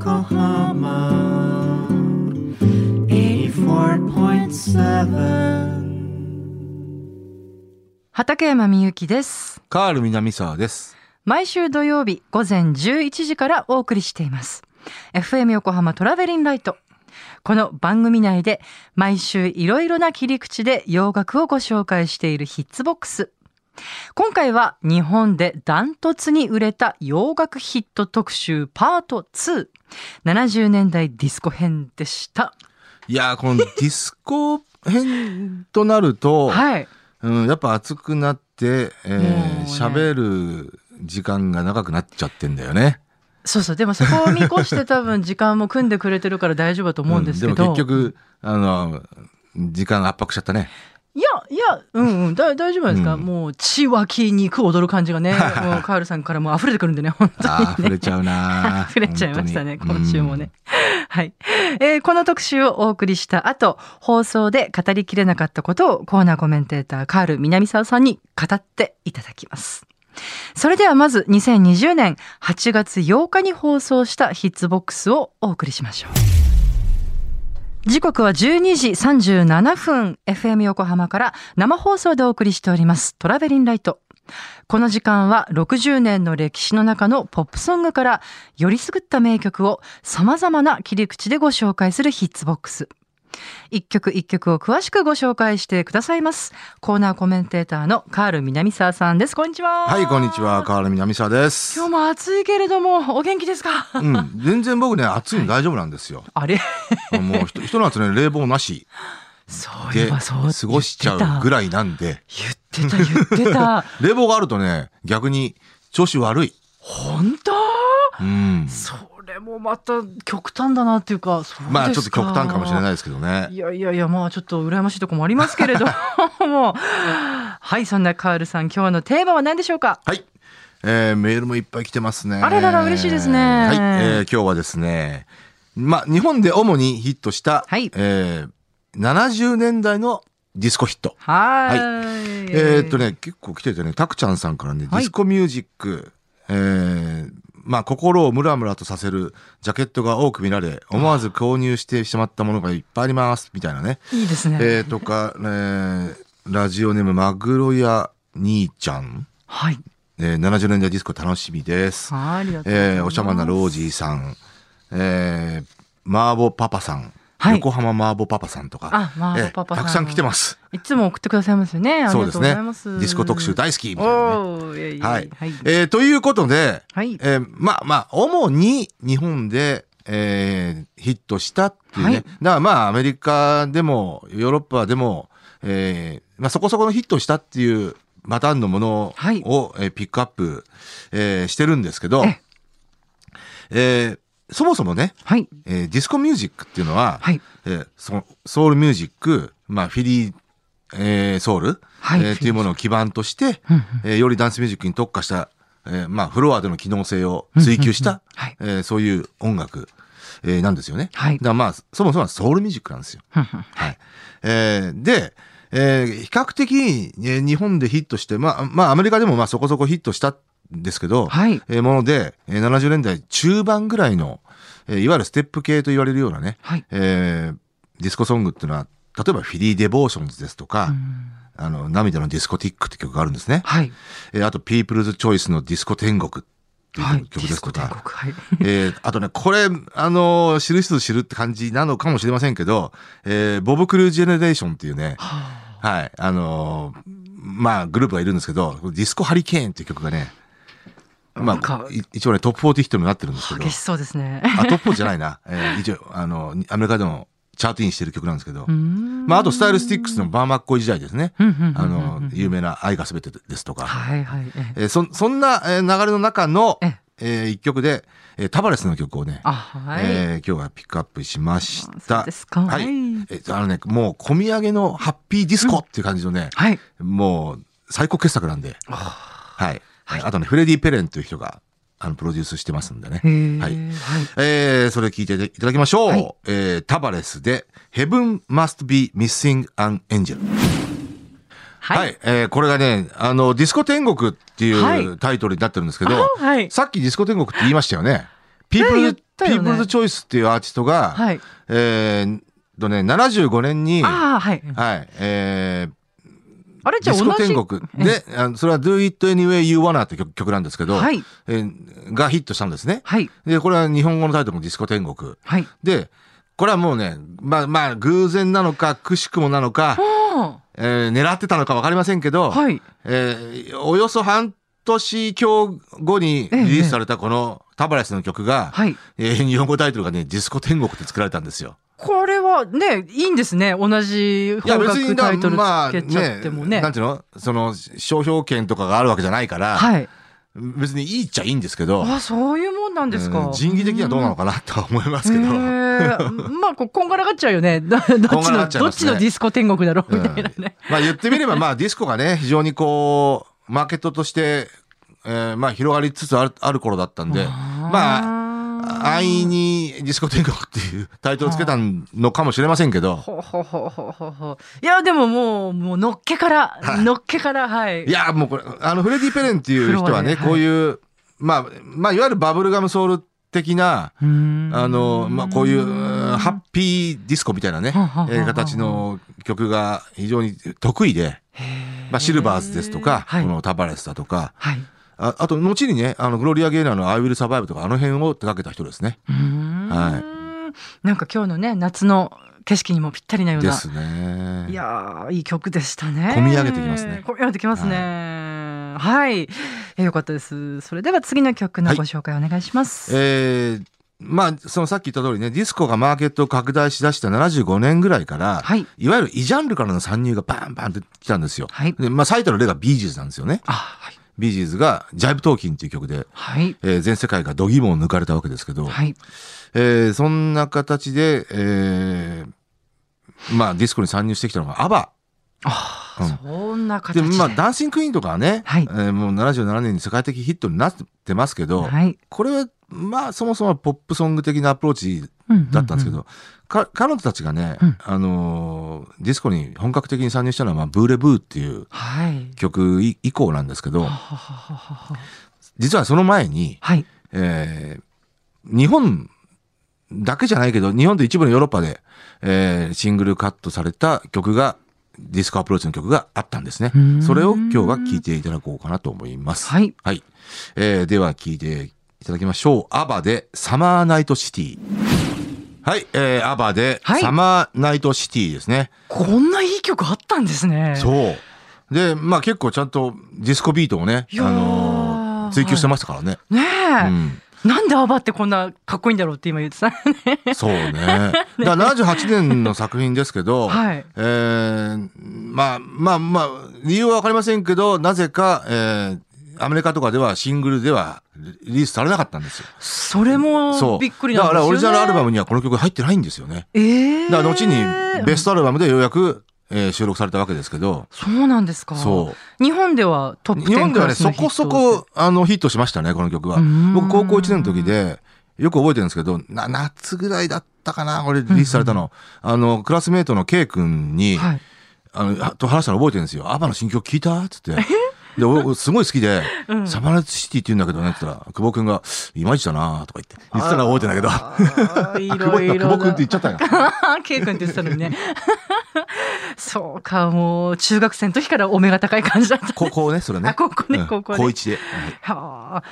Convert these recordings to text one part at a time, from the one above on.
Yokohama 84.7。 畠山みゆきです。 カール南沢です。 毎週土曜日午前11時からお送りしています FM 横浜トラベリンライト。この番組内で毎週いろいろな切り口で洋楽をご紹介しているヒッツボックス。今回は日本でダントツに売れた洋楽ヒット特集パート2、70年代ディスコ編でした。 いやー、このディスコ編となると、 はい、 やっぱ熱くなって喋る時間が長くなっちゃってんだよね。 そうそう、でもそこを見越して多分時間も組んでくれてるから大丈夫だと思うんですけど、 でも結局時間圧迫しちゃったね。 いや、大丈夫ですか、もう血湧き肉踊る感じがね、もうカールさんからもう溢れてくるんでね、本当にね。 溢れちゃうな。 溢れちゃいましたね、今週もね。はい、この特集をお送りした後、放送で語りきれなかったことをコーナーコメンテーターカール南沢さんに語っていただきます。それではまず2020年8月8日に放送したヒッツボックスをお送りしましょう。時刻は12時37分 FM 横浜から生放送でお送りしておりますトラベリンライト。この時間は60年の歴史の中のポップソングからよりすぐった名曲を様々な切り口でご紹介するヒッツボックス。一曲一曲を詳しくご紹介してくださいます。コーナーコメンテーターのカール南沢さんです。こんにちは。 はい、こんにちは。カール南沢です。 今日も暑いけれどもお元気ですか？ 全然僕ね、暑いの大丈夫なんですよ。 あれもうひと夏ね、冷房なしそういえばそう過ごしちゃうぐらいなんで。 言ってた冷房があるとね、逆に調子悪い。 本当？それもまた極端だなっていうか。そうですか。 まあちょっと極端かもしれないですけどね。 いやまあちょっと羨ましいところもありますけれどもはい、そんなカールさん、今日のテーマは何でしょうか？はい、 メールもいっぱい来てますね。 あららら、嬉しいですね。 はい、今日はですね、日本で主にヒットした、70年代のディスコヒット。 はい、 結構来ててね、タクちゃんさんからね、ディスコミュージック、心をムラムラとさせるジャケットが多く見られ、思わず購入してしまったものがいっぱいありますみたいなね。 いいですね。 とか、ラジオネームマグロや兄ちゃん。 はい。 70年代ディスコ楽しみです。 ありがとうございます。 おしゃまなロージーさん、マーボパパさん。横浜マーボパパさんとか、 マーボパパさん、 たくさん来てます。 いつも送ってくださいますよね。 そうですね。ディスコ特集大好きみたいなね。はい。ということで、主に日本で、ヒットしたっていうね。だからアメリカでもヨーロッパでも、そこそこのヒットしたっていうパターンのものを、ピックアップ、してるんですけど、そもそもね、ディスコミュージックっていうのは、ソウルミュージック、フィリー、ソウル、っていうものを基盤として、よりダンスミュージックに特化した、フロアでの機能性を追求した、そういう音楽、なんですよね。だからそもそもはソウルミュージックなんですよ。で、比較的、日本でヒットして、アメリカでもそこそこヒットしたですけど、もので、70年代中盤ぐらいの、いわゆるステップ系と言われるようなね、ディスコソングっていうのは、例えばフィリー・デボーションズですとか、涙のディスコティックって曲があるんですね。あと、ピープルズ・チョイスのディスコ天国っていう曲ですとか、あとね、これ、知る人ぞ知るって感じなのかもしれませんけど、ボブ・クルー・ジェネレーションっていうね、グループがいるんですけど、ディスコ・ハリケーンっていう曲がね、一応ね、トップ40ヒットになってるんですけど。 激しそうですね。 トップ40じゃないな。一応、アメリカでもチャートインしてる曲なんですけど。あと、スタイルスティックスのバーマッコイ時代ですね。有名な愛がすべてですとか。そんな流れの中の一曲で、タバレスの曲をね、今日はピックアップしました。 そうですか。 はい。もう、込み上げのハッピーディスコっていう感じのね、もう、最高傑作なんで。はい。あとね、フレディ・ペレンという人が、プロデュースしてますんでね。それ聞いていただきましょう。タバレスで、Heaven Must Be Missing an Angel。これがね、ディスコ天国っていうタイトルになってるんですけど、さっきディスコ天国って言いましたよね。ピープルったよね。 ピープルズ・チョイスっていうアーティストが、 はい。 75年に、 はい。 はい、 あれじゃあディスコ天国で、それは Do It Anyway You Wanna って曲なんですけど、 はい。 がヒットしたんですね。 はい。 で、これは日本語のタイトルもディスコ天国。 はい。 で、これはもうね、まあ、偶然なのか、くしくもなのか、狙ってたのか分かりませんけど、 はい。 およそ半年強後にリリースされたこのタバレスの曲が、 はい。 日本語タイトルがね、ディスコ天国って作られたんですよ。 これはね、いいんですね。同じ邦楽タイトルつけちゃってもね。 なんていうの、その商標権とかがあるわけじゃないから、はい、別にいいっちゃいいんですけど。 あ、そういうもんなんですか。 仁義的にはどうなのかなとは思いますけど。 まあ、こんがらがっちゃうよね。どっちのディスコ天国だろうみたいなね。 まあ言ってみれば、まあディスコがね、非常にこう、マーケットとして、まあ広がりつつある頃だったんで、まあ、安易にディスコ天国っていうタイトルをつけたのかもしれませんけど。 いや、でももうのっけから、はい。 いや、もうこれ、フレディ・ペレンっていう人はね、こういう、まあ、いわゆるバブルガムソウル的な、まあ、こういう、ハッピーディスコみたいなね、形の曲が非常に得意で、まあ、シルバーズですとか、このタバレスだとか、あと、後にね、グロリア・ゲイナーの I Will Survive とか、あの辺を手掛けた人ですね。はい。 なんか今日のね、夏の景色にもぴったりなような。 ですね。 いやー、いい曲でしたね。 込み上げてきますね。 込み上げてきますね。はい。よかったです。それでは次の曲のご紹介お願いします。 まあ、そのさっき言った通りね、ディスコがマーケットを拡大しだした75年ぐらいから、はい、いわゆる異ジャンルからの参入がバンバンってきたんですよ。はい、で、まあ、最たる例がビージーズなんですよね。はい、ビージーズがジャイブトーキンっていう曲で、はい全世界が度肝を抜かれたわけですけど、はいそんな形で、まあ、ディスコに参入してきたのがアバ。 そんな形で。 で、まあ、ダンシングクイーンとかはね、はいもう77年に世界的ヒットになってますけど、はい、これは、まあ、そもそもポップソング的なアプローチだったんですけど、彼女たちがね、ディスコに本格的に参入したのは、まあ、ブーレブーっていう曲以降なんですけど、実はその前に、はい日本だけじゃないけど、日本と一部のヨーロッパで、シングルカットされた曲が、ディスコアプローチの曲があったんですね。それを今日は聴いていただこうかなと思います。はい。はい。では聴いていただきましょう。アバでサマーナイトシティ。はい。アバでサマーナイトシティですね。 こんないい曲あったんですね。 そう。で、まあ結構ちゃんとディスコビートをね、追求してましたからね。 ねえ。なんでアバってこんなかっこいいんだろうって今言ってたね。 そうね。だから78年の作品ですけど、はい、まあ、理由はわかりませんけど、なぜか、アメリカとかではシングルではリリースされなかったんですよ。 それもびっくりなんですよね。 だからオリジナルアルバムにはこの曲入ってないんですよね。だから後にベストアルバムでようやく収録されたわけですけど。 そうなんですか。そう。日本ではトップ10 日本ではね、そこそこヒットしましたね、この曲は。僕高校1年の時で、よく覚えてるんですけど、夏ぐらいだったかな、これリリースされたの。クラスメイトの K 君に、はい、と話したの覚えてるんですよ。アバの新曲聞いたっつって。で、俺、すごい好きで、サマーナイトシティって言うんだけどね、って言ったら、久保くんが、いまいちだなとか言ってたのは覚えてないけど。久保くんって言っちゃったよ。 K 君って言ってたのにね。そうか、もう、中学生の時からお目が高い感じだった。 高校ね、それね。 高校ね。 高1で。 はい、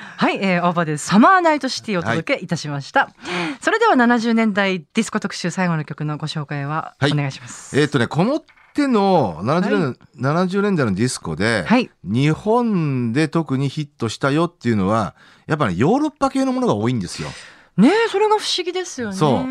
アバでサマーナイトシティをお届けいたしました。それでは70年代ディスコ特集最後の曲のご紹介はお願いします。 この手の70年代のディスコで、はい、日本で特にヒットしたよっていうのは、やっぱり、ヨーロッパ系のものが多いんですよ。 ねえ、それが不思議ですよね。 そう。うん。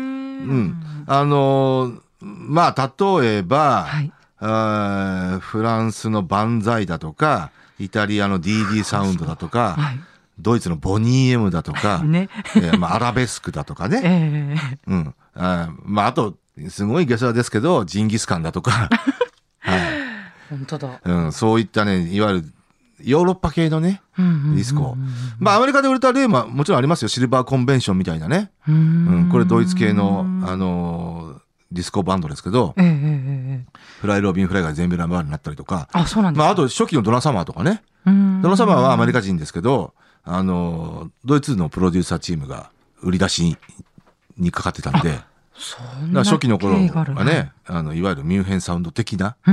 まあ、例えば、はい、フランスのバンザイだとか、イタリアの DD サウンドだとか、はい、ドイツのボニーエムだとか、ねまあ、アラベスクだとかね。うん。まあ、あと、すごい下世話ですけど、ジンギスカンだとか。はい。 本当だ。 うん、そういったね、いわゆる、ヨーロッパ系のね、ディスコ。まあ、アメリカで売れた例ももちろんありますよ。シルバーコンベンションみたいなね。これドイツ系の、ディスコバンドですけど、フライ・ロビン・フライが全米ナンバーワンになったりとか。 あ、そうなんですか。 まあ、あと初期のドナ・サマーとかね。ドナ・サマーはアメリカ人ですけど、ドイツのプロデューサーチームが売り出しにかかってたんで、初期の頃はね、いわゆるミュンヘンサウンド的な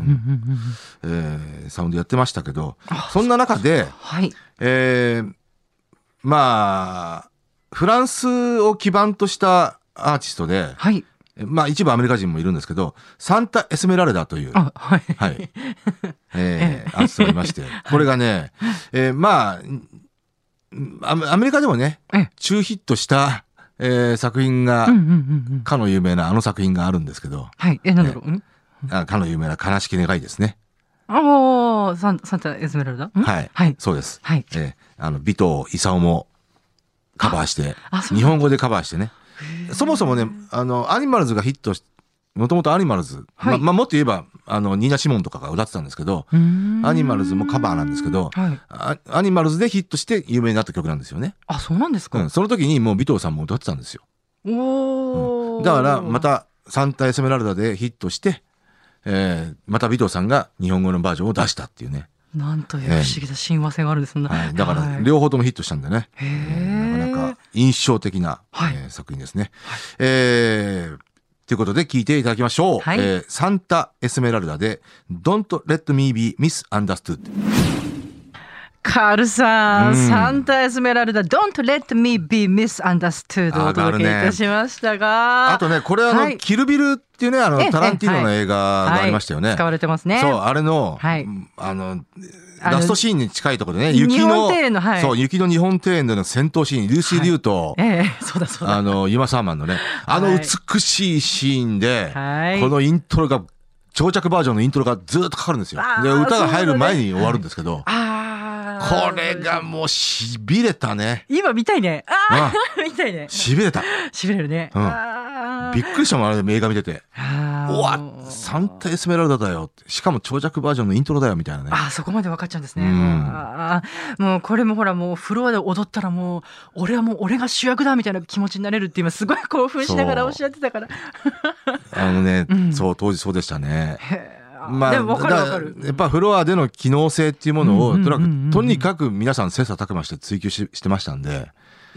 サウンドやってましたけど、そんな中で、まあフランスを基盤としたアーティストで、まあ一部アメリカ人もいるんですけど、サンタ・エスメラルダというアーティストがいまして、これがね、まあアメリカでもね、中ヒットした作品が、かの有名な作品があるんですけど、 なんだろう、 かの有名な悲しき願いですね。 サンタエスメラルダ、 そうです。尾藤勲もカバーして、日本語でカバーしてね。そもそもね、アニマルズがヒットし、もともとアニマルズ、もっと言えばニーナ・シモンとかが歌ってたんですけど、アニマルズもカバーなんですけど、アニマルズでヒットして有名になった曲なんですよね。 そうなんですか。 その時にもう尾藤さんも歌ってたんですよ。だからまたサンタ・エスメラルダでヒットして、また尾藤さんが日本語のバージョンを出したっていうね。 なんという不思議な親和性があるんですね。 だから両方ともヒットしたんでね、なかなか印象的な、作品ですね。ということで聞いていただきましょう。サンタ・エスメラルダで Don't Let Me Be Misunderstood。 カールさん、サンタ・エスメラルダ Don't Let Me Be Misunderstood をお届けいたしましたが、 あとね、これキルビルっていうね、タランティーノの映画がありましたよね。 使われてますね。 そう、あれの、ラストシーンに近いところでね、雪の日本庭園での戦闘シーン、ルーシー・リュウと、ユマ・サーマンのね、美しいシーンで、このイントロが、長尺バージョンのイントロがずっとかかるんですよ。で、歌が入る前に終わるんですけど、これがもう痺れたね。 今見たいね。見たいね。 痺れた。 痺れるね。 びっくりしたもん、あれ映画見てて。うわ、サンタ・エスメラルダだよって。しかも長尺バージョンのイントロだよみたいなね。 そこまで分かっちゃうんですね。もうこれもほら、もうフロアで踊ったらもう俺が主役だみたいな気持ちになれるって今すごい興奮しながらおっしゃってたから。 そう、当時そうでしたね。 でも分かる分かる。 やっぱフロアでの機能性っていうものをとにかく皆さん切磋琢磨して追求してましたんで、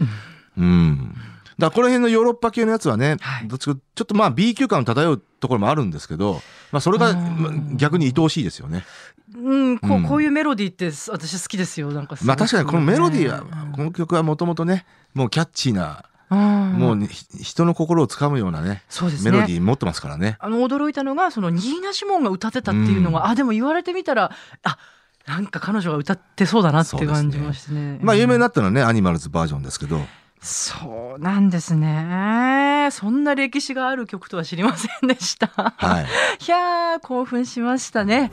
だからこの辺のヨーロッパ系のやつはね、どっちかちょっとB 級感漂うところもあるんですけど、それが逆に愛おしいですよね。 こういうメロディーって私好きですよ。なんか確かにこのメロディーは、この曲はもともとね、もうキャッチーな、もう人の心をつかむようなね、メロディー持ってますからね。 驚いたのがニーナ・シモンが歌ってたっていうのが、でも言われてみたら、なんか彼女が歌ってそうだなって感じましてね。 有名になったのはね、アニマルズバージョンですけど。 そうなんですね。そんな歴史がある曲とは知りませんでした。いやー、興奮しましたね。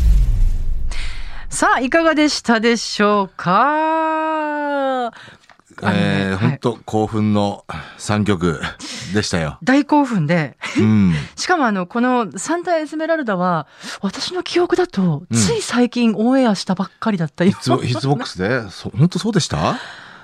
さあ、いかがでしたでしょうか。 本当興奮の3曲でしたよ。 大興奮で、しかもこのサンタ・エスメラルダは私の記憶だとつい最近オンエアしたばっかりだったよ。 ヒッツボックスで本当そうでした？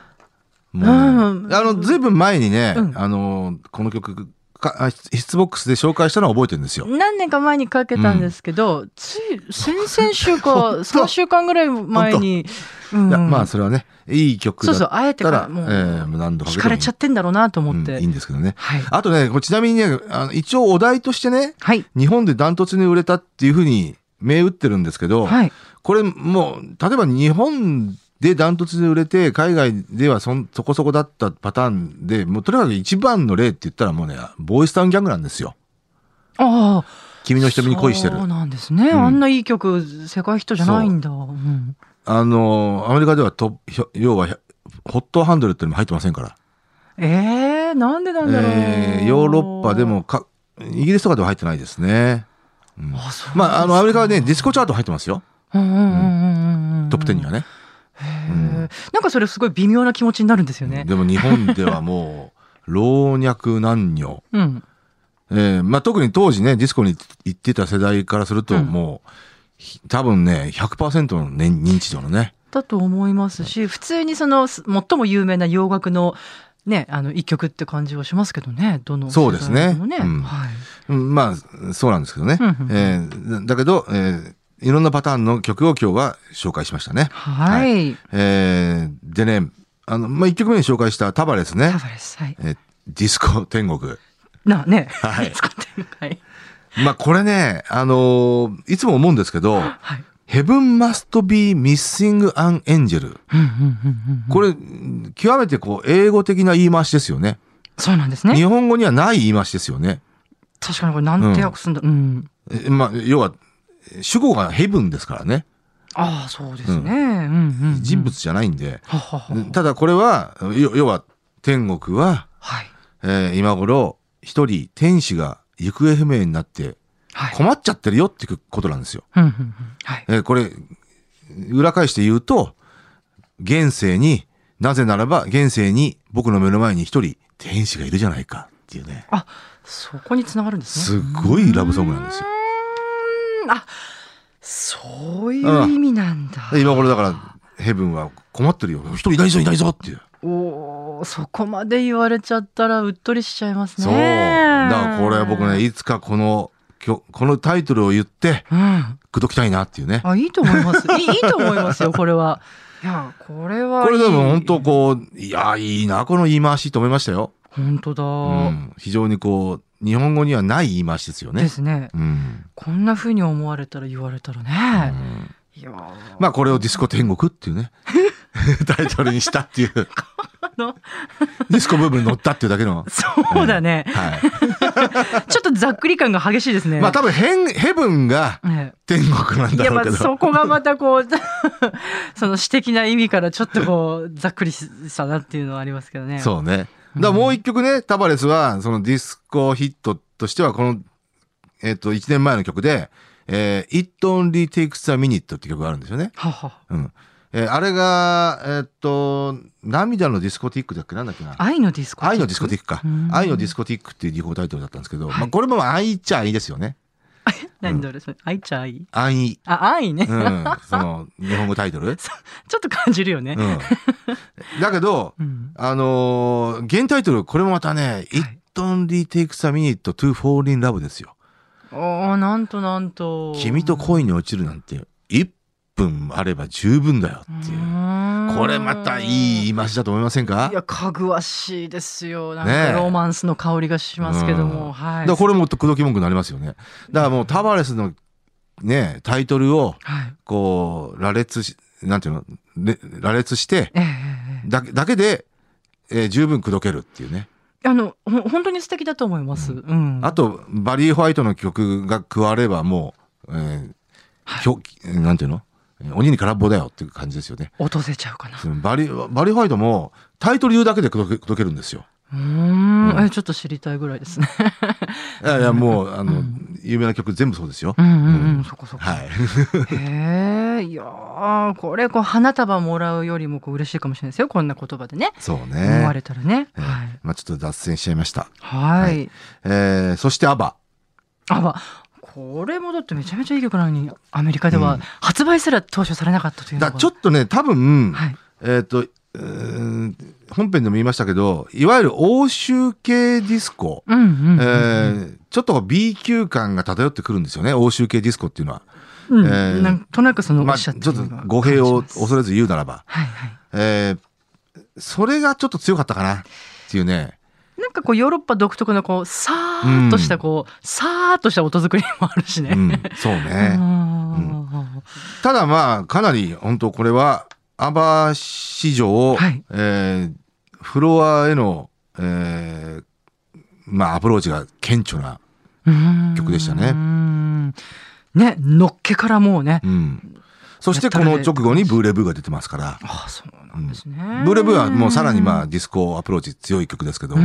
ずいぶん前にね、この曲ヒッツボックスで紹介したのは覚えてるんですよ。 何年か前にかけたんですけど、つい先々週か3週間ぐらい前に、 それはね、いい曲だったら、 あえてもう何度か惹かれちゃってんだろうなと思って、 いいんですけどね。あとね、ちなみにね、一応お題としてね、日本でダントツに売れたっていうふうに銘打ってるんですけど、これもう例えば日本でダントツで売れて海外ではそこそこだったパターンで、もうとにかく一番の例って言ったらもうね、ボーイスタウンギャングなんですよ。君の瞳に恋してる。 そうなんですね。あんないい曲世界ヒットじゃないんだ。 アメリカでは要はホットハンドルってのも入ってませんから。 なんでなんだろう。 ヨーロッパでもイギリスとかでは入ってないですね。アメリカはね、ディスコチャート入ってますよ。トップ10にはね。 なんかそれすごい微妙な気持ちになるんですよね。 でも日本ではもう老若男女、特に当時ねディスコに行ってた世代からするともう、多分ね 100% の、認知度のねだと思いますし、普通に最も有名な洋楽のね、一曲って感じはしますけどね、どの世代もね。 そうですね。そうなんですけどね。だけど、いろんなパターンの曲を今日は紹介しましたね。でね、1曲目に紹介したタバレスね。 ディスコ天国。 ね。 はい。 ディスコ天国。はい。 まあこれね、いつも思うんですけど、はい、Heaven must be missing an angel。これ、極めてこう、英語的な言い回しですよね。 そうなんですね。 日本語にはない言い回しですよね。 確かにこれなんて訳すんだ。 まあ、要は、主語がヘブンですからね。 ああ、そうですね。 人物じゃないんで。ただこれは、要は、天国は、はい今頃、一人天使が行方不明になって、困っちゃってるよっていうことなんですよ。これ、裏返して言うと、現世に、なぜならば現世に僕の目の前に一人天使がいるじゃないかっていうね。 あ、そこに繋がるんですね。すごいラブソングなんですよ。 あ、そういう意味なんだ。 今頃だからヘブンは困ってるよ。一人いないぞいないぞっていう。 おお、そこまで言われちゃったらうっとりしちゃいますね。 そう。だからこれ僕ね、いつかこのタイトルを言って、口説きたいなっていうね。 あ、いいと思います。いいと思いますよ、これは。いや、これは。 これでも本当こう、いや、いいな、この言い回しと思いましたよ。 本当だ。 非常にこう、日本語にはない言い回しですよね。 ですね。こんな風に思われたら言われたらね。いやまあこれをディスコ天国っていうね、タイトルにしたっていう。ディスコ部分に乗ったっていうだけの。 そうだね。ちょっとざっくり感が激しいですね。 まあ多分ヘブンが天国なんだろうけど。 そこがまたこう、その詩的な意味からちょっとこう、ざっくりしたなっていうのはありますけどね。 そうね。だからもう一曲ね、タバレスは、そのディスコヒットとしては、この、1年前の曲で、It Only Takes a Minute って曲があるんですよね。あれが、涙のディスコティックだっけなんだっけな。 愛のディスコティック。 愛のディスコティックか。愛のディスコティックっていうリコータイトルだったんですけど、まあこれも愛っちゃ愛ですよね。 何どれそれ愛っちゃ愛愛。 あ、愛ね。 その、日本語タイトルちょっと感じるよね。 だけど、原タイトル、これもまたね、It Only Takes a Minute to Fall in Love ですよ。 なんとなんと。 君と恋に落ちるなんて、1分あれば十分だよっていう。これまたいい言い回しだと思いませんか？ いや、かぐわしいですよ。なんかロマンスの香りがしますけども。はい。 だからこれも口説き文句になりますよね。だからもうタバレスのね、タイトルを、こう、羅列して、だけで、十分口説けるっていうね。 本当に素敵だと思います。 あと、バリー・ホワイトの曲が加わればもう、なんていうの？鬼に空っぽだよっていう感じですよね。 落とせちゃうかな。 バリー・ホワイトもタイトル言うだけで口説けるんですよ。 ちょっと知りたいぐらいですね。 いやもう有名な曲全部そうですよ。 そこそこ。はい。いやー、これ花束もらうよりも嬉しいかもしれないですよ。こんな言葉でね。 そうね。 思われたらね。 まあちょっと脱線しちゃいました。 はい。 そしてアバ。 これもだってめちゃめちゃいい曲なのにアメリカでは発売すら当初されなかったというのが。 ちょっとね多分、本編でも言いましたけど、いわゆる欧州系ディスコ、ちょっと B 級感が漂ってくるんですよね、欧州系ディスコっていうのは。 なんとなくそのおっしゃってる、ちょっと語弊を恐れず言うならば、それがちょっと強かったかなっていうね。 なんかヨーロッパ独特のさーっとしたさーっとした音作りもあるしね。 そうね。ただまあかなり本当これはアバ史上、フロアへの、まあアプローチが顕著な曲でしたね。 ね、のっけからもうね。 そしてこの直後にブーレブーが出てますから。 ああ、そうなんですね。 ブーレブーはもうさらにまあディスコアプローチ強い曲ですけど。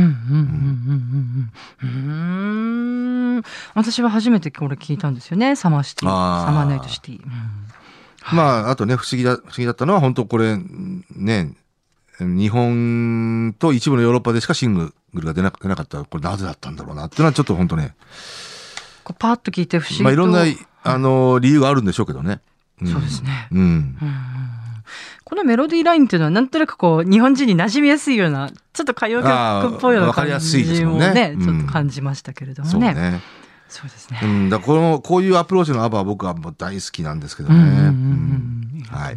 私は初めてこれ聞いたんですよね。サマーシティ、サマーナイトシティ。 まああとね不思議だったのは本当これね、日本と一部のヨーロッパでしかシングルが出なかったこれなぜだったんだろうなっていうのはちょっと本当ね。 パッと聞いて不思議と。 まあいろんな理由があるんでしょうけどね。 そうですね。このメロディーラインっていうのはなんとなく日本人に馴染みやすいようなちょっと歌謡曲っぽいような感じもねちょっと感じましたけれどもね。そうですね。 だこういうアプローチのアバは僕はもう大好きなんですけどね。はい。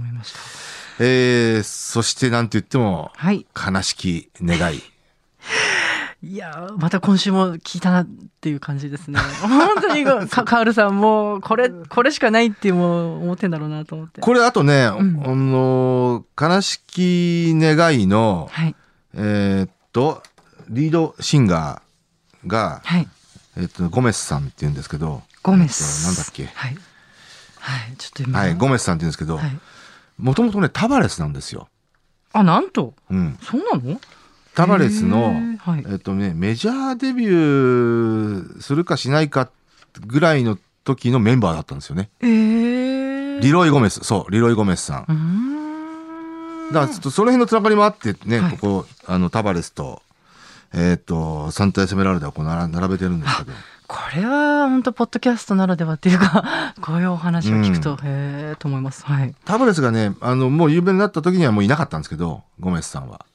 そしてなんと言っても悲しき願い。 いいやまた今週も聞いたなっていう感じですね。本当にカールさんもうこれしかないってもう思ってんだろうなと思って。 これあとね、悲しき願いの、はい、リードシンガーが、はい、ゴメスさんって言うんですけど、 ゴメス、 なんだっけ、 はい、はい、ちょっと今、 はい、ゴメスさんって言うんですけど、もともとねタバレスなんですよ。 あ、なんと、そうなの？ タバレスの、はい、メジャーデビューするかしないかぐらいの時のメンバーだったんですよね。リロイ・ゴメス、そう、リロイ・ゴメスさん。だからちょっとその辺のつながりもあってね、はい、ここタバレスとサンタ・エスメラルダをこう並べてるんですけど。 これは本当ポッドキャストならではっていうかこういうお話を聞くと、へえと思います。はい。 タバレスがねもう有名になった時にはもういなかったんですけど、ゴメスさんは。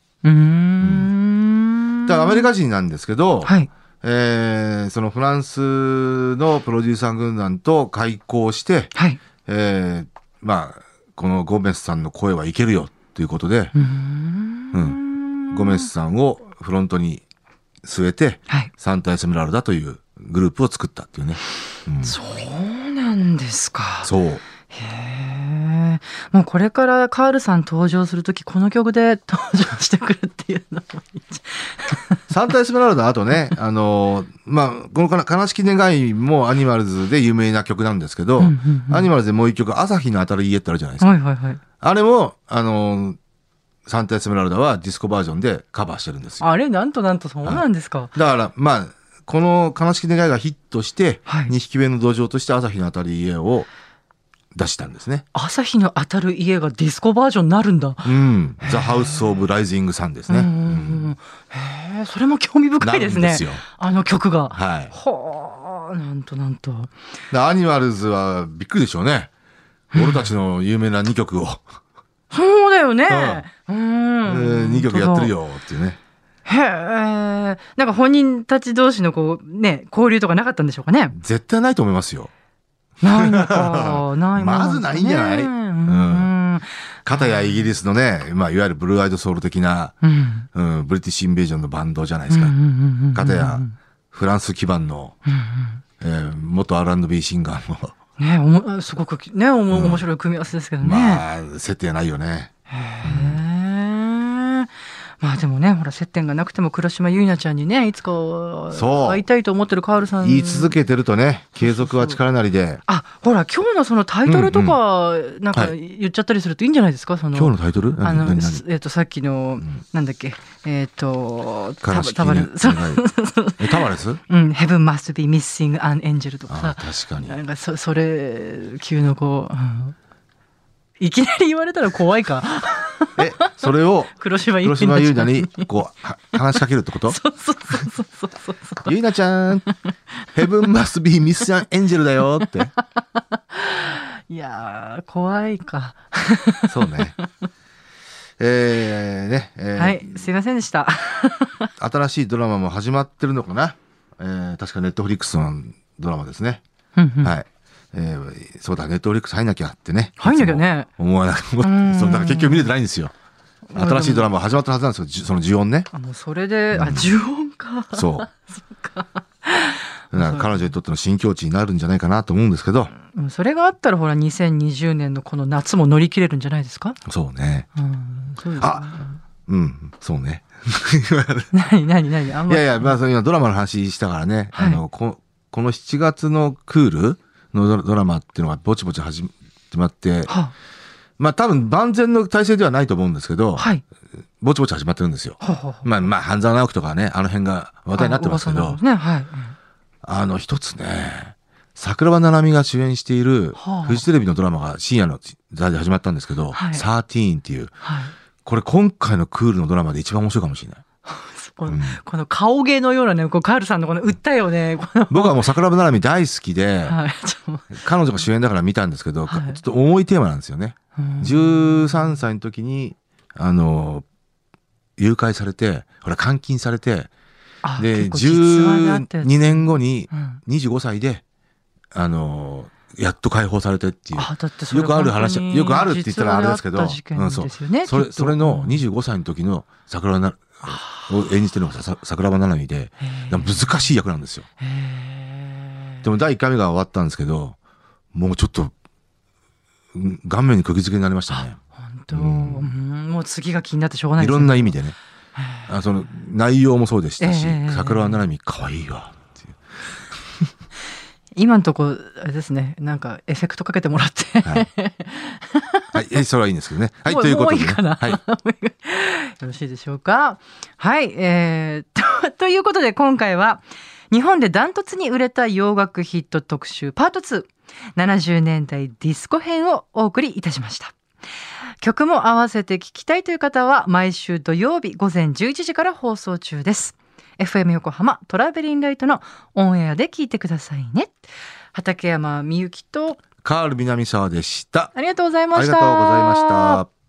だからアメリカ人なんですけど、はい、そのフランスのプロデューサー軍団と開校して、はい、まあこのゴメスさんの声はいけるよということで、ゴメスさんをフロントに据えて、はい、サンタ・エスメラルダというグループを作ったっていうね。 そうなんですか。 そう。 へえ。もうこれからカールさん登場するときこの曲で登場してくるっていうのもいいサンタ・エスメラルダあとねまあこの悲しき願いもアニマルズで有名な曲なんですけど、アニマルズでもう一曲朝日の当たる家ってあるじゃないですか。はいはいはい。あれもサンタ・エスメラルダはディスコバージョンでカバーしてるんですよ。 あれなんとそうなんですか。 だからまあこの悲しき願いがヒットして、はい、2匹目の土壌として朝日の当たる家を出したんですね。 朝日の当たる家がディスコバージョンになるんだ。 ザ・ハウス・オブ・ライジング・サンですね。 へえ、それも興味深いですね。 なんですよ。 曲が。 はい。 はあ、なんと。 アニマルズはびっくりでしょうね。俺たちの有名な2曲を。 そうだよね。 2曲やってるよっていうね。 へえ。なんか本人たち同士の交流とかなかったんでしょうかね。 絶対ないと思いますよ。 ないのか。 まずないんじゃない？片やイギリスのね、まあ、いわゆるブルーアイドソウル的な、ブリティッシュインベージョンのバンドじゃないですか。片やフランス基盤の、元 R&B シンガーの。すごくね、面白い組み合わせですけどね。 まあ、接点ないよね。 まあでもね、ほら接点がなくても黒島結菜ちゃんにねいつか会いたいと思ってるカールさん、 言い続けてるとね、継続は力なりで。 ほら今日のそのタイトルとかなんか言っちゃったりするといいんじゃないですか。その今日のタイトルさっきの、なんだっけタバレスタバレス Heaven must be missing an angel とかさ。 確かになんかそれ級のいきなり言われたら怖いか。 それを黒島結菜にこう話しかけるってこと？ そう。 結菜ちゃん、Heaven must be Miss an Angel だよって。 いや怖いか。 そうね。 はい、すいませんでした。 新しいドラマも始まってるのかな。確かネットフリックスのドラマですね。はい。そうだ、ネットフリックス入んなきゃってね。 入んなきゃね。 思わなくて、だから結局見れてないんですよ。新しいドラマ始まったはずなんですよ、その呪音ね。 もうそれで、呪音か。 そう。そっか。彼女にとっての新境地になるんじゃないかなと思うんですけど。 それがあったらほら2020年のこの夏も乗り切れるんじゃないですか。 そうね。そうね。 何いや、まあ今ドラマの話したからね、この7月のクールのドラマっていうのがぼちぼち始まって、まあ多分万全の体制ではないと思うんですけど、ぼちぼち始まってるんですよ。まあ半沢直樹とかね、あの辺が話題になってますけど、一つね、桜庭ななみが主演しているフジテレビのドラマが深夜の時で始まったんですけど、13っていう、これ今回のクールのドラマで一番面白いかもしれない。 この顔芸のようなね、カールさんのこの訴えをね、 僕はもう桜庭ななみ大好きで、彼女が主演だから見たんですけど、ちょっと重いテーマなんですよね。13歳の時に誘拐されて、監禁されて、で12年後に25歳でやっと解放されてっていう、よくある話、よくあるって言ったらあれですけど、それの25歳の時の桜庭を演じてるのが桜庭ななみで、難しい役なんですよ。でも第1回目が終わったんですけど、もうちょっと顔面に釘付けになりましたね。 本当、もう次が気になってしょうがないですね。いろんな意味でね。その内容もそうでしたし、桜庭ななみ可愛いわっていう。 今のとこあれですね、なんかエフェクトかけてもらって、 はい、それはいいんですけどね。はい、ということで、ね、 もういいかな、はい、よろしいでしょうか。はい、ということで今回は日本でダントツに売れた洋楽ヒット特集パート2、70年代ディスコ編をお送りいたしました。曲も合わせて聴きたいという方は毎週土曜日午前11時から放送中です。FM 横浜トラベリンライトのオンエアで聞いてくださいね。畠山みゆきとカール南沢でした。 ありがとうございました。 ありがとうございました。